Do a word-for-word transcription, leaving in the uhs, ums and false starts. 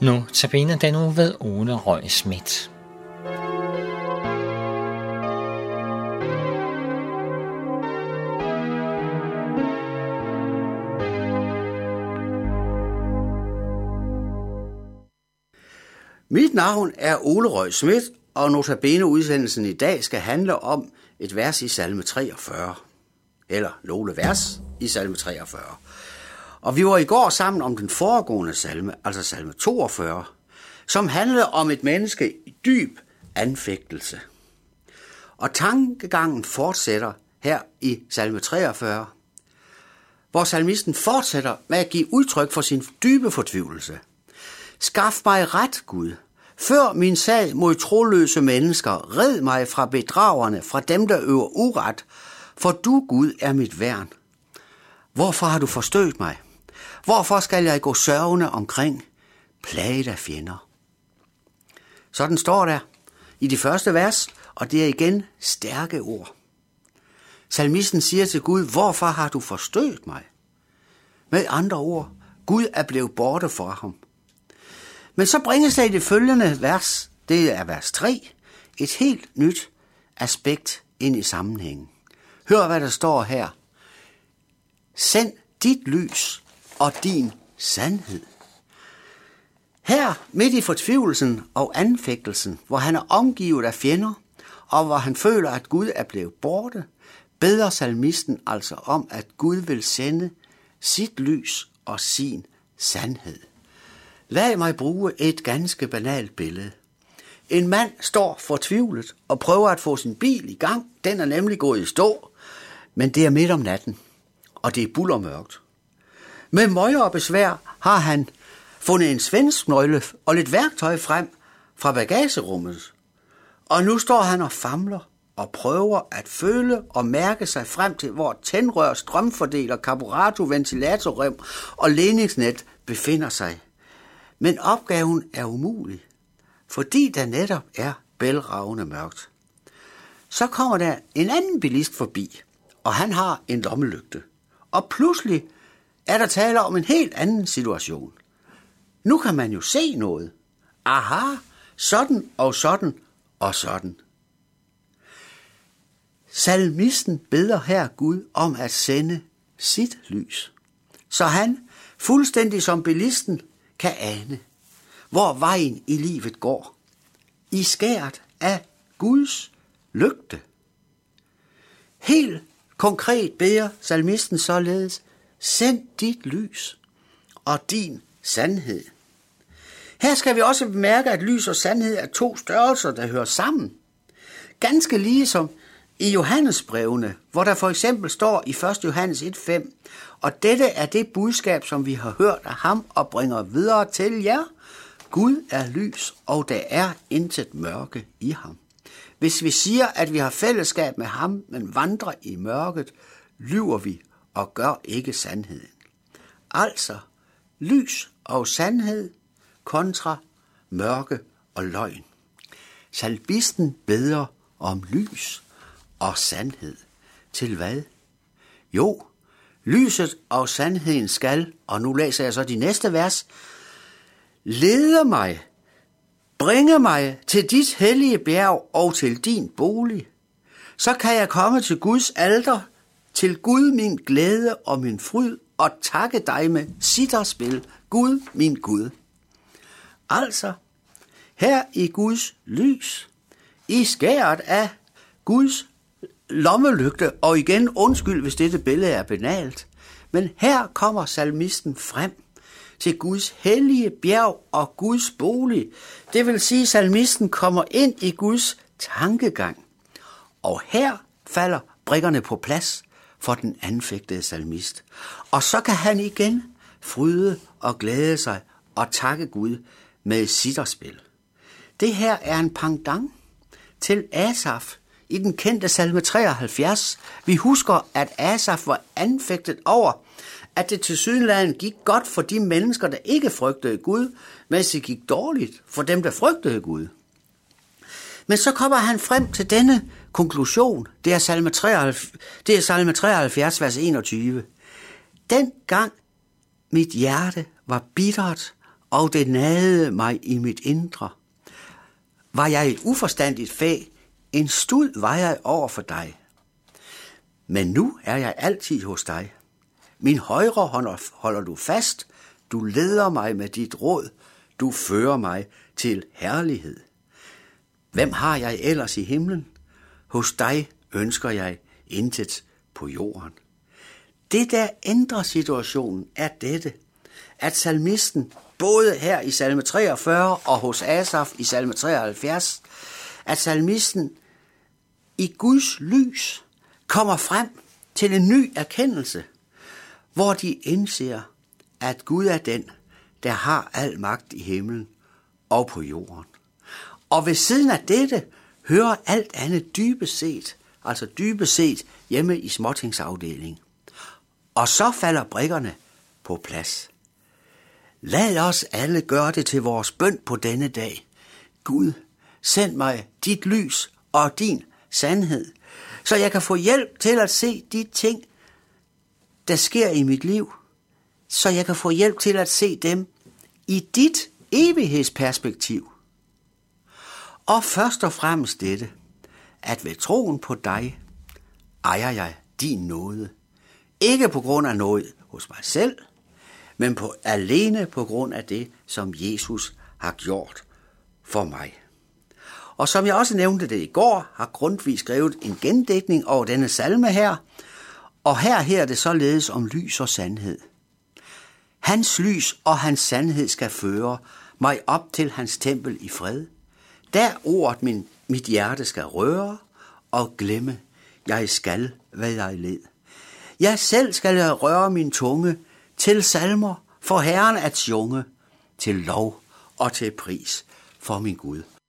Nu tabiner den uge ved Ole Røg Schmidt. Mit navn er Ole Røg Schmidt, og notabene udsendelsen i dag skal handle om et vers i salme treogfyrre. Eller nogle vers i salme treogfyrre. Og vi var i går sammen om den foregående salme, altså salme toogfyrre, som handlede om et menneske i dyb anfægtelse. Og tankegangen fortsætter her i salme treogfyrre, hvor salmisten fortsætter med at give udtryk for sin dybe fortvivlelse. Skaf mig ret, Gud. Før min sag mod troløse mennesker, red mig fra bedragerne, fra dem, der øver uret, for du, Gud, er mit værn. Hvorfor har du forstødt mig? Hvorfor skal jeg gå sørgende omkring, plaget af fjender? Sådan står der i de første vers, og det er igen stærke ord. Salmisten siger til Gud, hvorfor har du forstødt mig? Med andre ord, Gud er blevet borte fra ham. Men så bringes der i det følgende vers, det er vers tre, et helt nyt aspekt ind i sammenhængen. Hør, hvad der står her. Send dit lys og din sandhed. Her, midt i fortvivlelsen og anfægtelsen, hvor han er omgivet af fjender, og hvor han føler, at Gud er blevet borte, beder salmisten altså om, at Gud vil sende sit lys og sin sandhed. Lad mig bruge et ganske banalt billede. En mand står fortvivlet og prøver at få sin bil i gang. Den er nemlig gået i stå, men det er midt om natten, og det er buldermørkt. Med møje og besvær har han fundet en svensk nøgle og lidt værktøj frem fra bagagerummet. Og nu står han og famler og prøver at føle og mærke sig frem til, hvor tændrør, strømfordeler, karburator, ventilatorrem og ledningsnet befinder sig. Men opgaven er umulig, fordi der netop er bælragende mørkt. Så kommer der en anden bilist forbi, og han har en lommelygte. Og pludselig er der tale om en helt anden situation. Nu kan man jo se noget. Aha, sådan og sådan og sådan. Salmisten beder her Gud om at sende sit lys, så han, fuldstændig som bilisten, kan ane, hvor vejen i livet går. I skæret af Guds lygte. Helt konkret beder salmisten således, send dit lys og din sandhed. Her skal vi også bemærke, at lys og sandhed er to størrelser, der hører sammen. Ganske ligesom i Johannesbrevene, hvor der for eksempel står i første Johannes et fem, og dette er det budskab, som vi har hørt af ham og bringer videre til jer. Gud er lys, og der er intet mørke i ham. Hvis vi siger, at vi har fællesskab med ham, men vandrer i mørket, lyver vi og gør ikke sandheden. Altså, lys og sandhed kontra mørke og løgn. Salmisten beder om lys og sandhed. Til hvad? Jo, lyset og sandheden skal, og nu læser jeg så de næste vers, lede mig, bringe mig til dit hellige bjerg og til din bolig. Så kan jeg komme til Guds alter, til Gud min glæde og min fryd, og takke dig med sitterspil, Gud min Gud. Altså, her i Guds lys, i skæret af Guds lommelygte, og igen undskyld, hvis dette billede er banalt, men her kommer salmisten frem til Guds hellige bjerg og Guds bolig. Det vil sige, at salmisten kommer ind i Guds tankegang. Og her falder brikkerne på plads for den anfægtede salmist. Og så kan han igen fryde og glæde sig og takke Gud med sitterspil. Det her er en pendant til Asaf i den kendte salme treoghalvfjerds. Vi husker, at Asaf var anfægtet over, at det tilsyneladende gik godt for de mennesker, der ikke frygtede Gud, mens det gik dårligt for dem, der frygtede Gud. Men så kommer han frem til denne konklusion. Det er salme treoghalvfjerds, det er salme treoghalvfjerds vers enogtyve. Den gang mit hjerte var bittert og det nagede mig i mit indre. Var jeg et uforstandigt fæ, en stud var jeg over for dig. Men nu er jeg altid hos dig. Min højre hånd holder du fast, du leder mig med dit råd, du fører mig til herlighed. Hvem har jeg ellers i himlen? Hos dig ønsker jeg intet på jorden. Det, der ændrer situationen, er dette, at salmisten, både her i salme treogfyrre og hos Asaf i salme treoghalvfjerds, at salmisten i Guds lys kommer frem til en ny erkendelse, hvor de indser, at Gud er den, der har al magt i himlen og på jorden. Og ved siden af dette hører alt andet dybest set, altså dybest set hjemme i småtingsafdelingen. Og så falder brikkerne på plads. Lad os alle gøre det til vores bøn på denne dag. Gud, send mig dit lys og din sandhed, så jeg kan få hjælp til at se de ting, der sker i mit liv, så jeg kan få hjælp til at se dem i dit evighedsperspektiv. Og først og fremmest dette, at ved troen på dig, ejer jeg din nåde. Ikke på grund af noget hos mig selv, men på, alene på grund af det, som Jesus har gjort for mig. Og som jeg også nævnte det i går, har Grundtvig skrevet en gendækning over denne salme her, og her her er det således om lys og sandhed. Hans lys og hans sandhed skal føre mig op til hans tempel i fred. Der ordet min, mit hjerte skal røre og glemme, jeg skal, hvad jeg led. Jeg selv skal jeg røre min tunge til salmer for Herren at junge, til lov og til pris for min Gud.